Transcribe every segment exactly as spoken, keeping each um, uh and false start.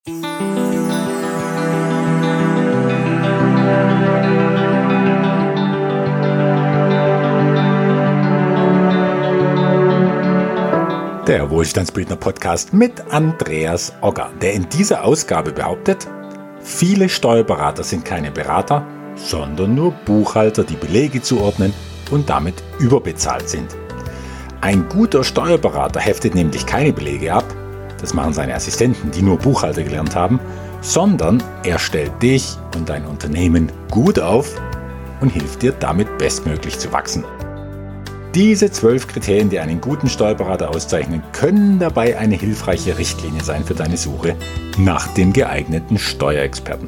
Der Wohlstandsbildner Podcast mit Andreas Ogger, der in dieser Ausgabe behauptet, viele Steuerberater sind keine Berater, sondern nur Buchhalter, die Belege zuordnen und damit überbezahlt sind. Ein guter Steuerberater heftet nämlich keine Belege ab, das machen seine Assistenten, die nur Buchhalter gelernt haben, sondern er stellt dich und dein Unternehmen gut auf und hilft dir damit bestmöglich zu wachsen. Diese zwölf Kriterien, die einen guten Steuerberater auszeichnen, können dabei eine hilfreiche Richtlinie sein für deine Suche nach dem geeigneten Steuerexperten.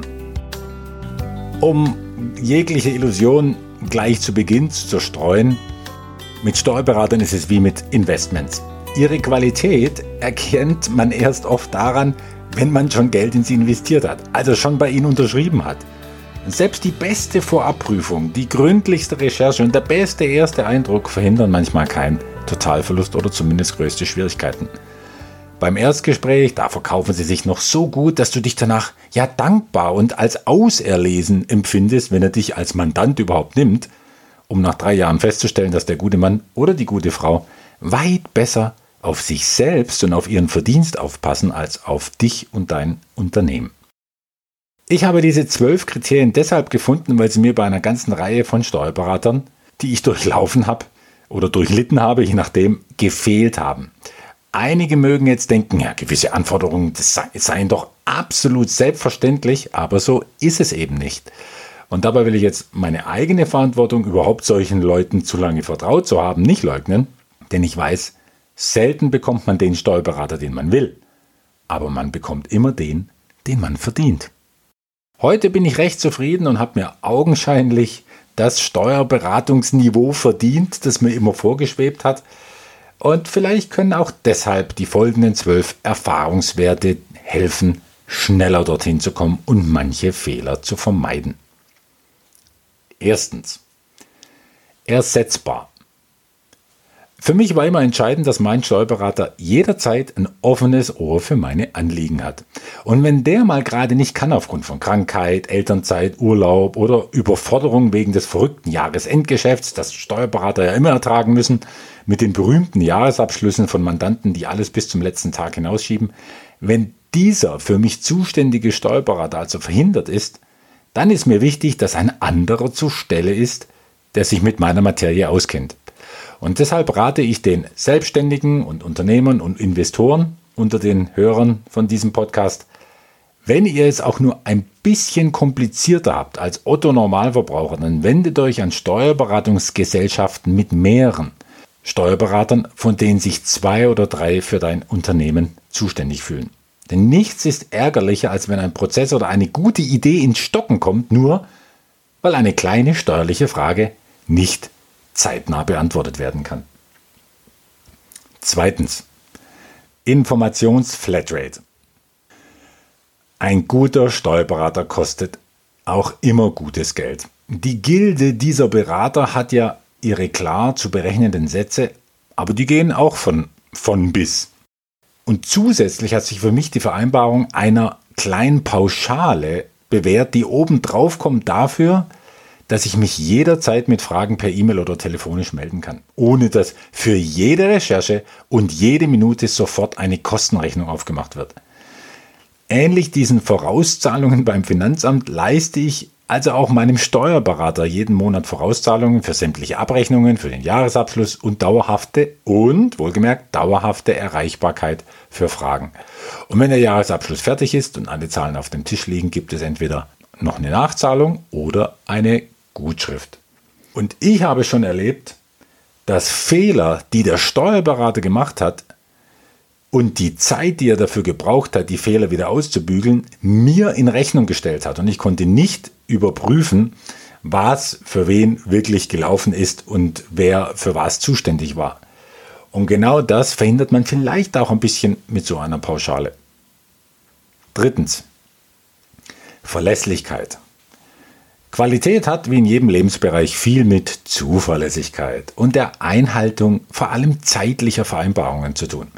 Um jegliche Illusion gleich zu Beginn zu zerstreuen, mit Steuerberatern ist es wie mit Investments. Ihre Qualität erkennt man erst oft daran, wenn man schon Geld in sie investiert hat, also schon bei ihnen unterschrieben hat. Selbst die beste Vorabprüfung, die gründlichste Recherche und der beste erste Eindruck verhindern manchmal keinen Totalverlust oder zumindest größte Schwierigkeiten. Beim Erstgespräch, da verkaufen sie sich noch so gut, dass du dich danach ja dankbar und als auserlesen empfindest, wenn er dich als Mandant überhaupt nimmt, um nach drei Jahren festzustellen, dass der gute Mann oder die gute Frau weit besser auf sich selbst und auf ihren Verdienst aufpassen als auf dich und dein Unternehmen. Ich habe diese zwölf Kriterien deshalb gefunden, weil sie mir bei einer ganzen Reihe von Steuerberatern, die ich durchlaufen habe oder durchlitten habe, je nachdem, gefehlt haben. Einige mögen jetzt denken, ja, gewisse Anforderungen das seien doch absolut selbstverständlich, aber so ist es eben nicht. Und dabei will ich jetzt meine eigene Verantwortung, überhaupt solchen Leuten zu lange vertraut zu haben, nicht leugnen, denn ich weiß, selten bekommt man den Steuerberater, den man will, aber man bekommt immer den, den man verdient. Heute bin ich recht zufrieden und habe mir augenscheinlich das Steuerberatungsniveau verdient, das mir immer vorgeschwebt hat. Und vielleicht können auch deshalb die folgenden zwölf Erfahrungswerte helfen, schneller dorthin zu kommen und manche Fehler zu vermeiden. Erstens. Ersetzbar. Für mich war immer entscheidend, dass mein Steuerberater jederzeit ein offenes Ohr für meine Anliegen hat. Und wenn der mal gerade nicht kann aufgrund von Krankheit, Elternzeit, Urlaub oder Überforderung wegen des verrückten Jahresendgeschäfts, das Steuerberater ja immer ertragen müssen, mit den berühmten Jahresabschlüssen von Mandanten, die alles bis zum letzten Tag hinausschieben, wenn dieser für mich zuständige Steuerberater also verhindert ist, dann ist mir wichtig, dass ein anderer zur Stelle ist, der sich mit meiner Materie auskennt. Und deshalb rate ich den Selbstständigen und Unternehmern und Investoren unter den Hörern von diesem Podcast, wenn ihr es auch nur ein bisschen komplizierter habt als Otto-Normalverbraucher, dann wendet euch an Steuerberatungsgesellschaften mit mehreren Steuerberatern, von denen sich zwei oder drei für dein Unternehmen zuständig fühlen. Denn nichts ist ärgerlicher, als wenn ein Prozess oder eine gute Idee ins Stocken kommt, nur weil eine kleine steuerliche Frage nicht zeitnah beantwortet werden kann. Zweitens. Informationsflatrate. Ein guter Steuerberater kostet auch immer gutes Geld. Die Gilde dieser Berater hat ja ihre klar zu berechnenden Sätze, aber die gehen auch von, von bis. Und zusätzlich hat sich für mich die Vereinbarung einer kleinen Pauschale bewährt, die oben drauf kommt dafür, dass ich mich jederzeit mit Fragen per E-Mail oder telefonisch melden kann, ohne dass für jede Recherche und jede Minute sofort eine Kostenrechnung aufgemacht wird. Ähnlich diesen Vorauszahlungen beim Finanzamt leiste ich also auch meinem Steuerberater jeden Monat Vorauszahlungen für sämtliche Abrechnungen, für den Jahresabschluss und dauerhafte und wohlgemerkt dauerhafte Erreichbarkeit für Fragen. Und wenn der Jahresabschluss fertig ist und alle Zahlen auf dem Tisch liegen, gibt es entweder noch eine Nachzahlung oder eine Gutschrift. Und ich habe schon erlebt, dass Fehler, die der Steuerberater gemacht hat und die Zeit, die er dafür gebraucht hat, die Fehler wieder auszubügeln, mir in Rechnung gestellt hat. Und ich konnte nicht überprüfen, was für wen wirklich gelaufen ist und wer für was zuständig war. Und genau das verhindert man vielleicht auch ein bisschen mit so einer Pauschale. Drittens. Verlässlichkeit. Qualität hat wie in jedem Lebensbereich viel mit Zuverlässigkeit und der Einhaltung vor allem zeitlicher Vereinbarungen zu tun.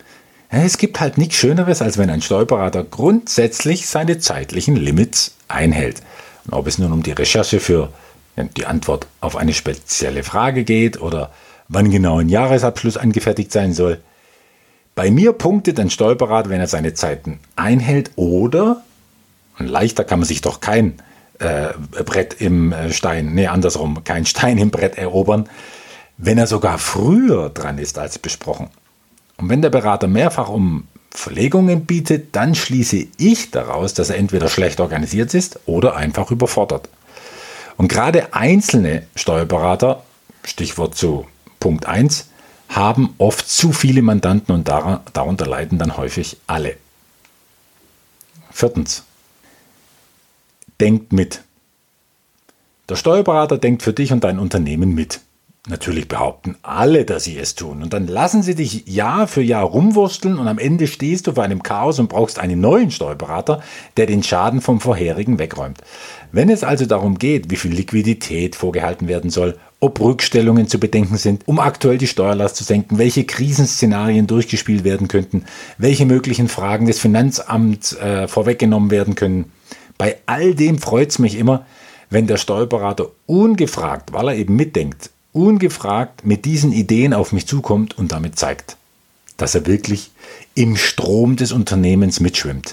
Es gibt halt nichts Schöneres, als wenn ein Steuerberater grundsätzlich seine zeitlichen Limits einhält. Und ob es nun um die Recherche für die Antwort auf eine spezielle Frage geht oder wann genau ein Jahresabschluss angefertigt sein soll. Bei mir punktet ein Steuerberater, wenn er seine Zeiten einhält oder, und leichter kann man sich doch kein äh, Brett im Stein, nee, andersrum, kein Stein im Brett erobern, wenn er sogar früher dran ist als besprochen. Und wenn der Berater mehrfach um Verlegungen bietet, dann schließe ich daraus, dass er entweder schlecht organisiert ist oder einfach überfordert. Und gerade einzelne Steuerberater, Stichwort zu Punkt eins, haben oft zu viele Mandanten und darunter leiden dann häufig alle. Viertens. Denkt mit. Der Steuerberater denkt für dich und dein Unternehmen mit. Natürlich behaupten alle, dass sie es tun. Und dann lassen sie dich Jahr für Jahr rumwursteln und am Ende stehst du vor einem Chaos und brauchst einen neuen Steuerberater, der den Schaden vom vorherigen wegräumt. Wenn es also darum geht, wie viel Liquidität vorgehalten werden soll, ob Rückstellungen zu bedenken sind, um aktuell die Steuerlast zu senken, welche Krisenszenarien durchgespielt werden könnten, welche möglichen Fragen des Finanzamts äh, vorweggenommen werden können, bei all dem freut es mich immer, wenn der Steuerberater ungefragt, weil er eben mitdenkt, ungefragt mit diesen Ideen auf mich zukommt und damit zeigt, dass er wirklich im Strom des Unternehmens mitschwimmt.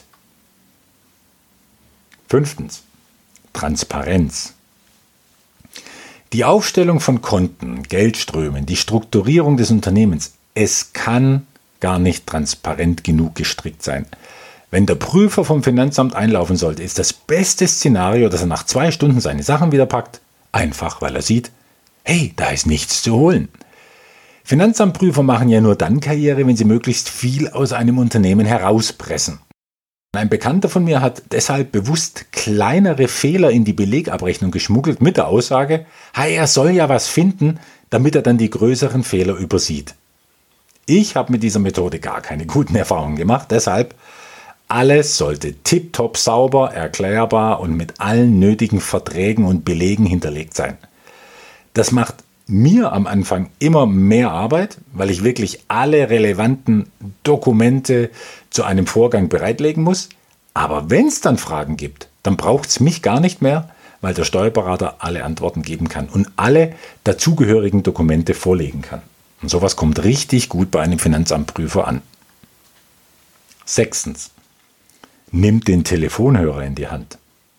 Fünftens. Transparenz. Die Aufstellung von Konten, Geldströmen, die Strukturierung des Unternehmens, es kann gar nicht transparent genug gestrickt sein. Wenn der Prüfer vom Finanzamt einlaufen sollte, ist das beste Szenario, dass er nach zwei Stunden seine Sachen wieder packt, einfach weil er sieht, hey, da ist nichts zu holen. Finanzamtprüfer machen ja nur dann Karriere, wenn sie möglichst viel aus einem Unternehmen herauspressen. Ein Bekannter von mir hat deshalb bewusst kleinere Fehler in die Belegabrechnung geschmuggelt mit der Aussage, hey, er soll ja was finden, damit er dann die größeren Fehler übersieht. Ich habe mit dieser Methode gar keine guten Erfahrungen gemacht, deshalb alles sollte tipptopp sauber, erklärbar und mit allen nötigen Verträgen und Belegen hinterlegt sein. Das macht mir am Anfang immer mehr Arbeit, weil ich wirklich alle relevanten Dokumente zu einem Vorgang bereitlegen muss. Aber wenn es dann Fragen gibt, dann braucht es mich gar nicht mehr, weil der Steuerberater alle Antworten geben kann und alle dazugehörigen Dokumente vorlegen kann. Und sowas kommt richtig gut bei einem Finanzamtprüfer an. Sechstens. Nimmt den Telefonhörer in die Hand.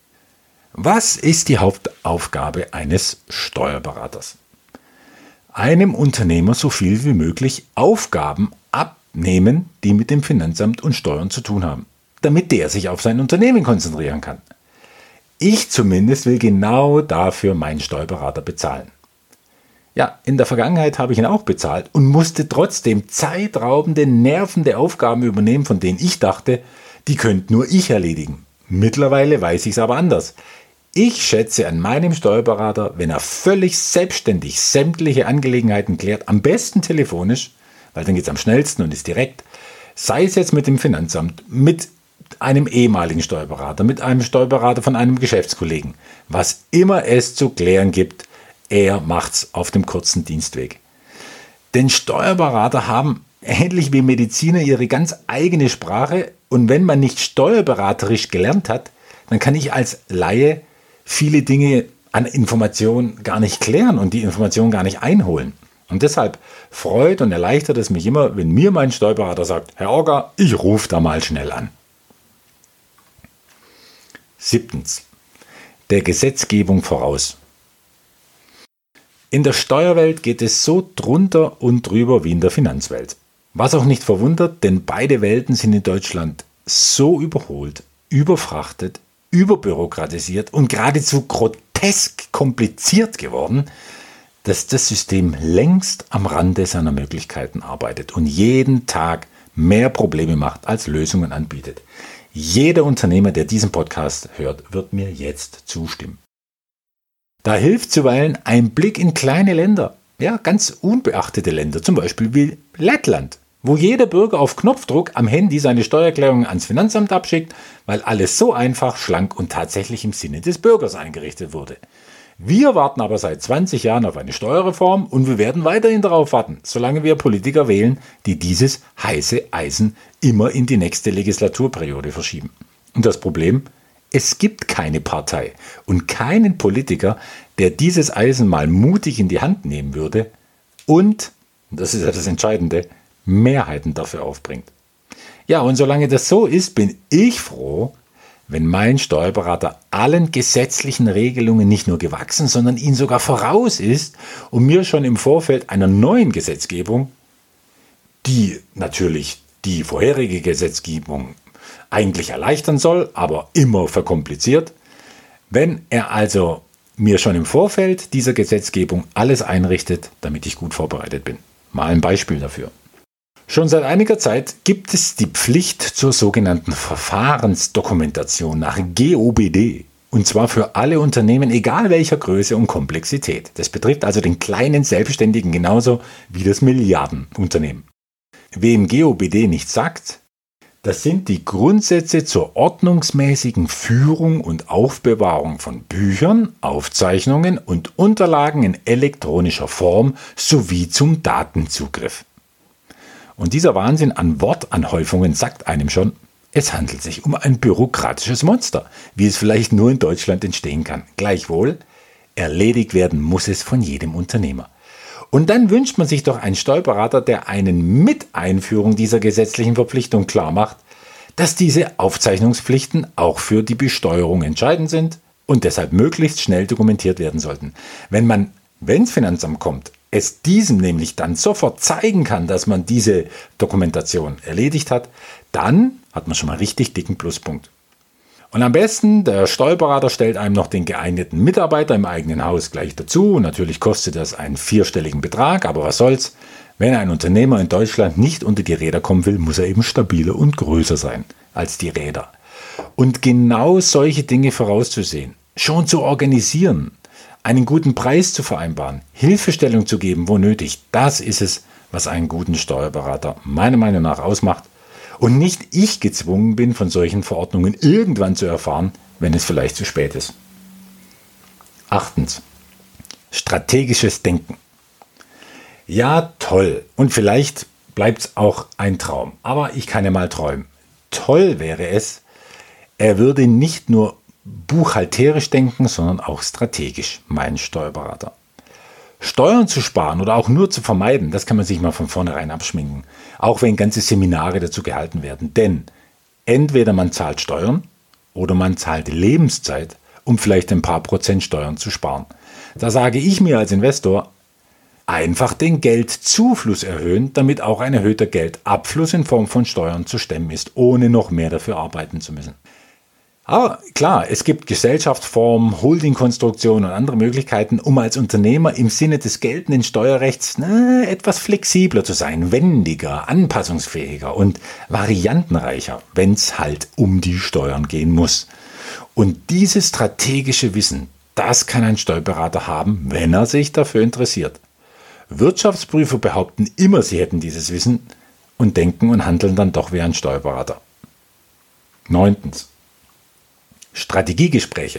Was ist die Hauptaufgabe eines Steuerberaters? Einem Unternehmer so viel wie möglich Aufgaben abnehmen, die mit dem Finanzamt und Steuern zu tun haben, damit der sich auf sein Unternehmen konzentrieren kann. Ich zumindest will genau dafür meinen Steuerberater bezahlen. Ja, in der Vergangenheit habe ich ihn auch bezahlt und musste trotzdem zeitraubende, nervende Aufgaben übernehmen, von denen ich dachte, die könnte nur ich erledigen. Mittlerweile weiß ich es aber anders. Ich schätze an meinem Steuerberater, wenn er völlig selbstständig sämtliche Angelegenheiten klärt, am besten telefonisch, weil dann geht es am schnellsten und ist direkt, sei es jetzt mit dem Finanzamt, mit einem ehemaligen Steuerberater, mit einem Steuerberater von einem Geschäftskollegen, was immer es zu klären gibt, er macht's auf dem kurzen Dienstweg. Denn Steuerberater haben ähnlich wie Mediziner ihre ganz eigene Sprache und wenn man nicht steuerberaterisch gelernt hat, dann kann ich als Laie viele Dinge an Informationen gar nicht klären und die Informationen gar nicht einholen. Und deshalb freut und erleichtert es mich immer, wenn mir mein Steuerberater sagt, Herr Orger, ich rufe da mal schnell an. Siebtens. Der Gesetzgebung voraus. In der Steuerwelt geht es so drunter und drüber wie in der Finanzwelt. Was auch nicht verwundert, denn beide Welten sind in Deutschland so überholt, überfrachtet, überbürokratisiert und geradezu grotesk kompliziert geworden, dass das System längst am Rande seiner Möglichkeiten arbeitet und jeden Tag mehr Probleme macht, als Lösungen anbietet. Jeder Unternehmer, der diesen Podcast hört, wird mir jetzt zustimmen. Da hilft zuweilen ein Blick in kleine Länder, ja, ganz unbeachtete Länder, zum Beispiel wie Lettland, wo jeder Bürger auf Knopfdruck am Handy seine Steuererklärung ans Finanzamt abschickt, weil alles so einfach, schlank und tatsächlich im Sinne des Bürgers eingerichtet wurde. Wir warten aber seit zwanzig Jahren auf eine Steuerreform und wir werden weiterhin darauf warten, solange wir Politiker wählen, die dieses heiße Eisen immer in die nächste Legislaturperiode verschieben. Und das Problem? Es gibt keine Partei und keinen Politiker, der dieses Eisen mal mutig in die Hand nehmen würde und, das ist ja das Entscheidende, Mehrheiten dafür aufbringt. Ja, und solange das so ist, bin ich froh, wenn mein Steuerberater allen gesetzlichen Regelungen nicht nur gewachsen, sondern ihnen sogar voraus ist und mir schon im Vorfeld einer neuen Gesetzgebung, die natürlich die vorherige Gesetzgebung eigentlich erleichtern soll, aber immer verkompliziert, wenn er also mir schon im Vorfeld dieser Gesetzgebung alles einrichtet, damit ich gut vorbereitet bin. Mal ein Beispiel dafür. Schon seit einiger Zeit gibt es die Pflicht zur sogenannten Verfahrensdokumentation nach G O B D. Und zwar für alle Unternehmen, egal welcher Größe und Komplexität. Das betrifft also den kleinen Selbstständigen genauso wie das Milliardenunternehmen. Wem G O B D nichts sagt, das sind die Grundsätze zur ordnungsmäßigen Führung und Aufbewahrung von Büchern, Aufzeichnungen und Unterlagen in elektronischer Form sowie zum Datenzugriff. Und dieser Wahnsinn an Wortanhäufungen sagt einem schon, es handelt sich um ein bürokratisches Monster, wie es vielleicht nur in Deutschland entstehen kann. Gleichwohl, erledigt werden muss es von jedem Unternehmer. Und dann wünscht man sich doch einen Steuerberater, der einen mit Einführung dieser gesetzlichen Verpflichtung klar macht, dass diese Aufzeichnungspflichten auch für die Besteuerung entscheidend sind und deshalb möglichst schnell dokumentiert werden sollten. Wenn man, wenn das Finanzamt kommt, es diesem nämlich dann sofort zeigen kann, dass man diese Dokumentation erledigt hat, dann hat man schon mal richtig dicken Pluspunkt. Und am besten, der Steuerberater stellt einem noch den geeigneten Mitarbeiter im eigenen Haus gleich dazu. Und natürlich kostet das einen vierstelligen Betrag, aber was soll's? Wenn ein Unternehmer in Deutschland nicht unter die Räder kommen will, muss er eben stabiler und größer sein als die Räder. Und genau solche Dinge vorauszusehen, schon zu organisieren, einen guten Preis zu vereinbaren, Hilfestellung zu geben, wo nötig, das ist es, was einen guten Steuerberater meiner Meinung nach ausmacht. Und nicht ich gezwungen bin, von solchen Verordnungen irgendwann zu erfahren, wenn es vielleicht zu spät ist. Achtens. Strategisches Denken. Ja, toll. Und vielleicht bleibt es auch ein Traum. Aber ich kann ja mal träumen. Toll wäre es, er würde nicht nur buchhalterisch denken, sondern auch strategisch, mein Steuerberater. Steuern zu sparen oder auch nur zu vermeiden, das kann man sich mal von vornherein abschminken. Auch wenn ganze Seminare dazu gehalten werden. Denn entweder man zahlt Steuern oder man zahlt Lebenszeit, um vielleicht ein paar Prozent Steuern zu sparen. Da sage ich mir als Investor, einfach den Geldzufluss erhöhen, damit auch ein erhöhter Geldabfluss in Form von Steuern zu stemmen ist, ohne noch mehr dafür arbeiten zu müssen. Aber klar, es gibt Gesellschaftsformen, Holdingkonstruktionen und andere Möglichkeiten, um als Unternehmer im Sinne des geltenden Steuerrechts na, etwas flexibler zu sein, wendiger, anpassungsfähiger und variantenreicher, wenn es halt um die Steuern gehen muss. Und dieses strategische Wissen, das kann ein Steuerberater haben, wenn er sich dafür interessiert. Wirtschaftsprüfer behaupten immer, sie hätten dieses Wissen und denken und handeln dann doch wie ein Steuerberater. Neuntens. Strategiegespräche.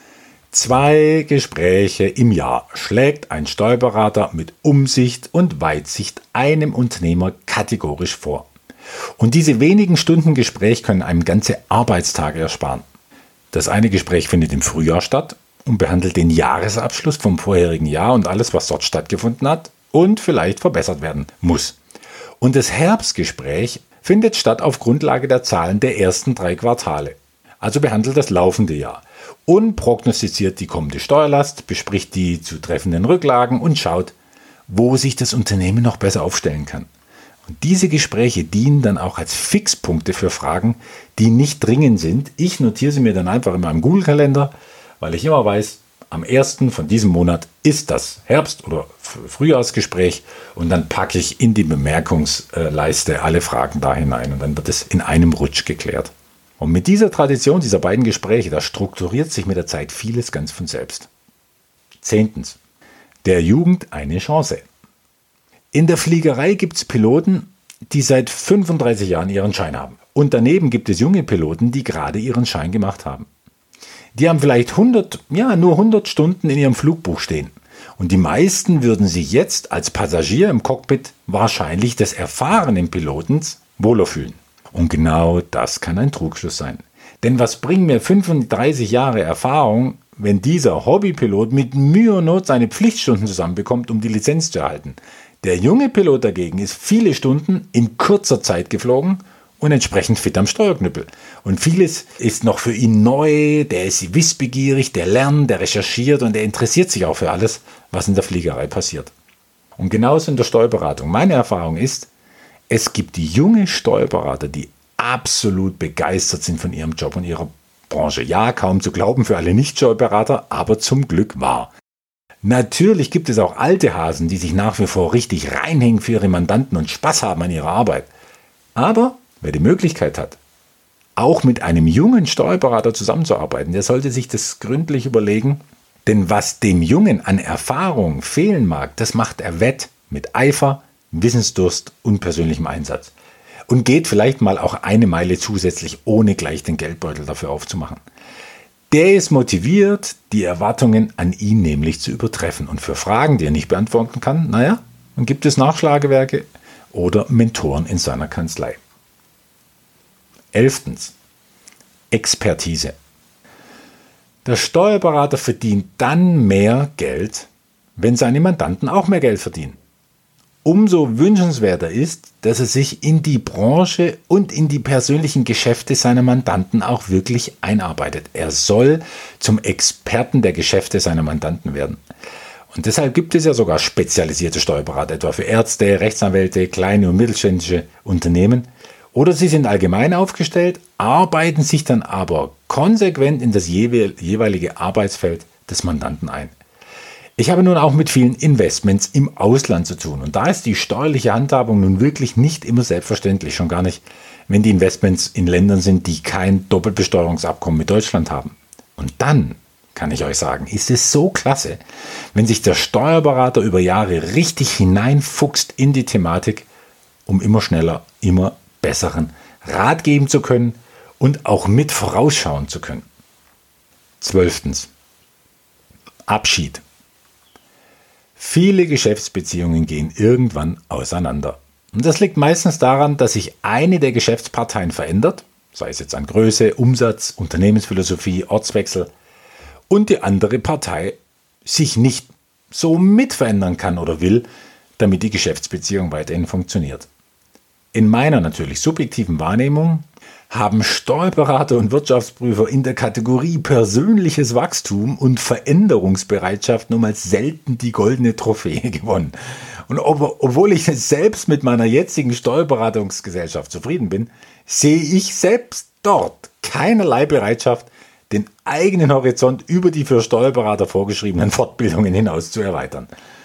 Zwei Gespräche im Jahr schlägt ein Steuerberater mit Umsicht und Weitsicht einem Unternehmer kategorisch vor. Und diese wenigen Stunden Gespräch können einem ganze Arbeitstage ersparen. Das eine Gespräch findet im Frühjahr statt und behandelt den Jahresabschluss vom vorherigen Jahr und alles, was dort stattgefunden hat und vielleicht verbessert werden muss. Und das Herbstgespräch findet statt auf Grundlage der Zahlen der ersten drei Quartale. Also behandelt das laufende Jahr und prognostiziert die kommende Steuerlast, bespricht die zu treffenden Rücklagen und schaut, wo sich das Unternehmen noch besser aufstellen kann. Und diese Gespräche dienen dann auch als Fixpunkte für Fragen, die nicht dringend sind. Ich notiere sie mir dann einfach in meinem Google-Kalender, weil ich immer weiß, am ersten von diesem Monat ist das Herbst- oder Frühjahrsgespräch und dann packe ich in die Bemerkungsleiste alle Fragen da hinein und dann wird es in einem Rutsch geklärt. Und mit dieser Tradition dieser beiden Gespräche, da strukturiert sich mit der Zeit vieles ganz von selbst. Zehntens. Der Jugend eine Chance. In der Fliegerei gibt es Piloten, die seit fünfunddreißig Jahren ihren Schein haben. Und daneben gibt es junge Piloten, die gerade ihren Schein gemacht haben. Die haben vielleicht hundert, ja, nur hundert Stunden in ihrem Flugbuch stehen. Und die meisten würden sich jetzt als Passagier im Cockpit wahrscheinlich des erfahrenen Pilotens wohler fühlen. Und genau das kann ein Trugschluss sein. Denn was bringen mir fünfunddreißig Jahre Erfahrung, wenn dieser Hobbypilot mit Mühe und Not seine Pflichtstunden zusammenbekommt, um die Lizenz zu erhalten? Der junge Pilot dagegen ist viele Stunden in kurzer Zeit geflogen und entsprechend fit am Steuerknüppel. Und vieles ist noch für ihn neu, der ist wissbegierig, der lernt, der recherchiert und der interessiert sich auch für alles, was in der Fliegerei passiert. Und genauso in der Steuerberatung. Meine Erfahrung ist, es gibt die junge Steuerberater, die absolut begeistert sind von ihrem Job und ihrer Branche. Ja, kaum zu glauben für alle Nicht-Steuerberater, aber zum Glück wahr. Natürlich gibt es auch alte Hasen, die sich nach wie vor richtig reinhängen für ihre Mandanten und Spaß haben an ihrer Arbeit. Aber wer die Möglichkeit hat, auch mit einem jungen Steuerberater zusammenzuarbeiten, der sollte sich das gründlich überlegen. Denn was dem Jungen an Erfahrung fehlen mag, das macht er wett mit Eifer, Wissensdurst und persönlichem Einsatz. Und geht vielleicht mal auch eine Meile zusätzlich, ohne gleich den Geldbeutel dafür aufzumachen. Der ist motiviert, die Erwartungen an ihn nämlich zu übertreffen. Und für Fragen, die er nicht beantworten kann, naja, dann gibt es Nachschlagewerke oder Mentoren in seiner Kanzlei. Elftens. Expertise. Der Steuerberater verdient dann mehr Geld, wenn seine Mandanten auch mehr Geld verdienen. Umso wünschenswerter ist, dass er sich in die Branche und in die persönlichen Geschäfte seiner Mandanten auch wirklich einarbeitet. Er soll zum Experten der Geschäfte seiner Mandanten werden. Und deshalb gibt es ja sogar spezialisierte Steuerberater, etwa für Ärzte, Rechtsanwälte, kleine und mittelständische Unternehmen. Oder sie sind allgemein aufgestellt, arbeiten sich dann aber konsequent in das jeweilige Arbeitsfeld des Mandanten ein. Ich habe nun auch mit vielen Investments im Ausland zu tun und da ist die steuerliche Handhabung nun wirklich nicht immer selbstverständlich, schon gar nicht, wenn die Investments in Ländern sind, die kein Doppelbesteuerungsabkommen mit Deutschland haben. Und dann, kann ich euch sagen, ist es so klasse, wenn sich der Steuerberater über Jahre richtig hineinfuchst in die Thematik, um immer schneller, immer besseren Rat geben zu können und auch mit vorausschauen zu können. Zwölftens. Abschied. Viele Geschäftsbeziehungen gehen irgendwann auseinander. Und das liegt meistens daran, dass sich eine der Geschäftsparteien verändert, sei es jetzt an Größe, Umsatz, Unternehmensphilosophie, Ortswechsel, und die andere Partei sich nicht so mit verändern kann oder will, damit die Geschäftsbeziehung weiterhin funktioniert. In meiner natürlich subjektiven Wahrnehmung haben Steuerberater und Wirtschaftsprüfer in der Kategorie persönliches Wachstum und Veränderungsbereitschaft nun mal selten die goldene Trophäe gewonnen. Und ob, obwohl ich selbst mit meiner jetzigen Steuerberatungsgesellschaft zufrieden bin, sehe ich selbst dort keinerlei Bereitschaft, den eigenen Horizont über die für Steuerberater vorgeschriebenen Fortbildungen hinaus zu erweitern.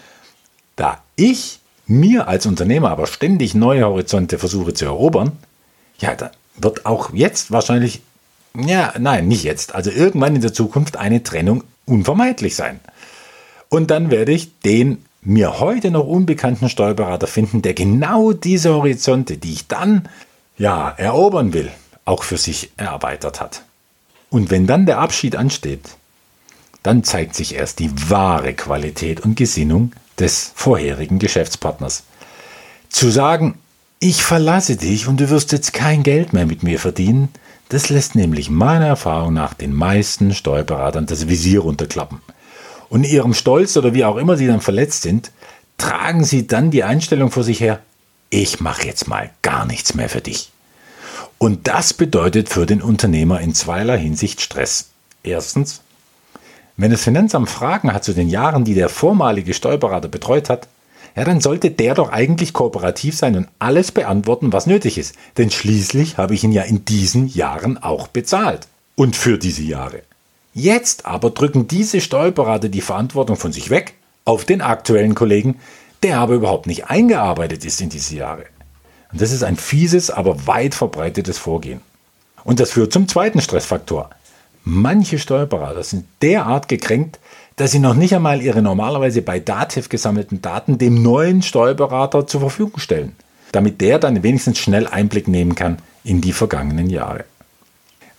Da ich mir als Unternehmer aber ständig neue Horizonte versuche zu erobern, ja, da wird auch jetzt wahrscheinlich, ja, nein, nicht jetzt, also irgendwann in der Zukunft eine Trennung unvermeidlich sein. Und dann werde ich den mir heute noch unbekannten Steuerberater finden, der genau diese Horizonte, die ich dann, ja, erobern will, auch für sich erweitert hat. Und wenn dann der Abschied ansteht, dann zeigt sich erst die wahre Qualität und Gesinnung des vorherigen Geschäftspartners. Zu sagen, ich verlasse dich und du wirst jetzt kein Geld mehr mit mir verdienen, das lässt nämlich meiner Erfahrung nach den meisten Steuerberatern das Visier runterklappen. Und in ihrem Stolz oder wie auch immer sie dann verletzt sind, tragen sie dann die Einstellung vor sich her, ich mache jetzt mal gar nichts mehr für dich. Und das bedeutet für den Unternehmer in zweierlei Hinsicht Stress. Erstens, wenn das Finanzamt Fragen hat zu den Jahren, die der vormalige Steuerberater betreut hat, ja, dann sollte der doch eigentlich kooperativ sein und alles beantworten, was nötig ist. Denn schließlich habe ich ihn ja in diesen Jahren auch bezahlt. Und für diese Jahre. Jetzt aber drücken diese Steuerberater die Verantwortung von sich weg auf den aktuellen Kollegen, der aber überhaupt nicht eingearbeitet ist in diese Jahre. Und das ist ein fieses, aber weit verbreitetes Vorgehen. Und das führt zum zweiten Stressfaktor. Manche Steuerberater sind derart gekränkt, dass sie noch nicht einmal ihre normalerweise bei Dativ gesammelten Daten dem neuen Steuerberater zur Verfügung stellen, damit der dann wenigstens schnell Einblick nehmen kann in die vergangenen Jahre.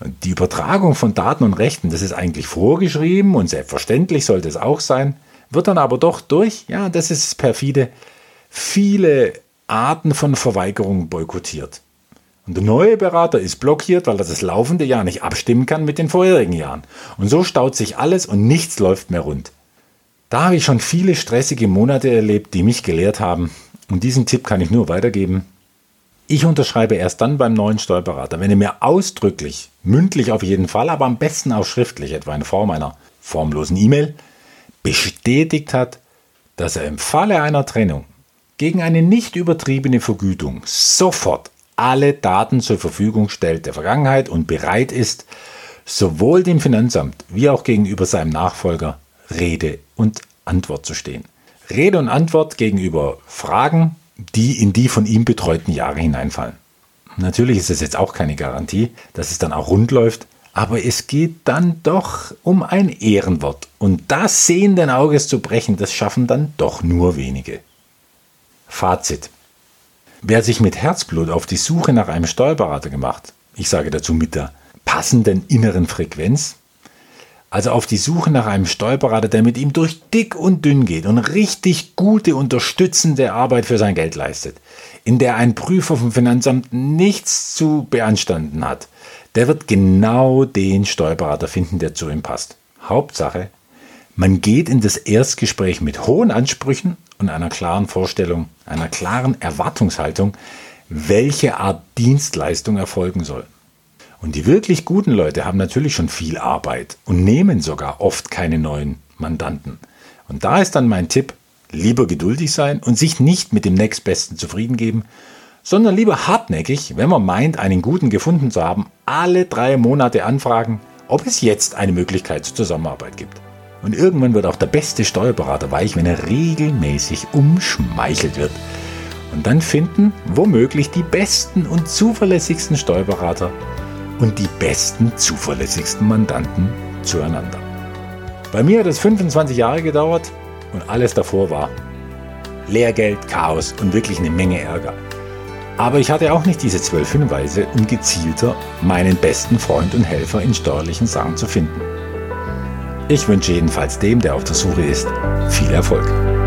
Die Übertragung von Daten und Rechten, das ist eigentlich vorgeschrieben und selbstverständlich sollte es auch sein, wird dann aber doch durch, ja, das ist das perfide, viele Arten von Verweigerungen boykottiert. Und der neue Berater ist blockiert, weil er das laufende Jahr nicht abstimmen kann mit den vorherigen Jahren. Und so staut sich alles und nichts läuft mehr rund. Da habe ich schon viele stressige Monate erlebt, die mich gelehrt haben. Und diesen Tipp kann ich nur weitergeben. Ich unterschreibe erst dann beim neuen Steuerberater, wenn er mir ausdrücklich, mündlich auf jeden Fall, aber am besten auch schriftlich, etwa in Form einer formlosen E-Mail, bestätigt hat, dass er im Falle einer Trennung gegen eine nicht übertriebene Vergütung sofort alle Daten zur Verfügung stellt der Vergangenheit und bereit ist, sowohl dem Finanzamt wie auch gegenüber seinem Nachfolger Rede und Antwort zu stehen. Rede und Antwort gegenüber Fragen, die in die von ihm betreuten Jahre hineinfallen. Natürlich ist es jetzt auch keine Garantie, dass es dann auch rund läuft, aber es geht dann doch um ein Ehrenwort. Und das sehenden Auges zu brechen, das schaffen dann doch nur wenige. Fazit. Wer sich mit Herzblut auf die Suche nach einem Steuerberater gemacht, ich sage dazu mit der passenden inneren Frequenz, also auf die Suche nach einem Steuerberater, der mit ihm durch dick und dünn geht und richtig gute, unterstützende Arbeit für sein Geld leistet, in der ein Prüfer vom Finanzamt nichts zu beanstanden hat, der wird genau den Steuerberater finden, der zu ihm passt. Hauptsache, man geht in das Erstgespräch mit hohen Ansprüchen und einer klaren Vorstellung, einer klaren Erwartungshaltung, welche Art Dienstleistung erfolgen soll. Und die wirklich guten Leute haben natürlich schon viel Arbeit und nehmen sogar oft keine neuen Mandanten. Und da ist dann mein Tipp, lieber geduldig sein und sich nicht mit dem Nächstbesten zufrieden geben, sondern lieber hartnäckig, wenn man meint, einen guten gefunden zu haben, alle drei Monate anfragen, ob es jetzt eine Möglichkeit zur Zusammenarbeit gibt. Und irgendwann wird auch der beste Steuerberater weich, wenn er regelmäßig umschmeichelt wird. Und dann finden womöglich die besten und zuverlässigsten Steuerberater und die besten, zuverlässigsten Mandanten zueinander. Bei mir hat es fünfundzwanzig Jahre gedauert und alles davor war Lehrgeld, Chaos und wirklich eine Menge Ärger. Aber ich hatte auch nicht diese zwölf Hinweise, um gezielter meinen besten Freund und Helfer in steuerlichen Sachen zu finden. Ich wünsche jedenfalls dem, der auf der Suche ist, viel Erfolg.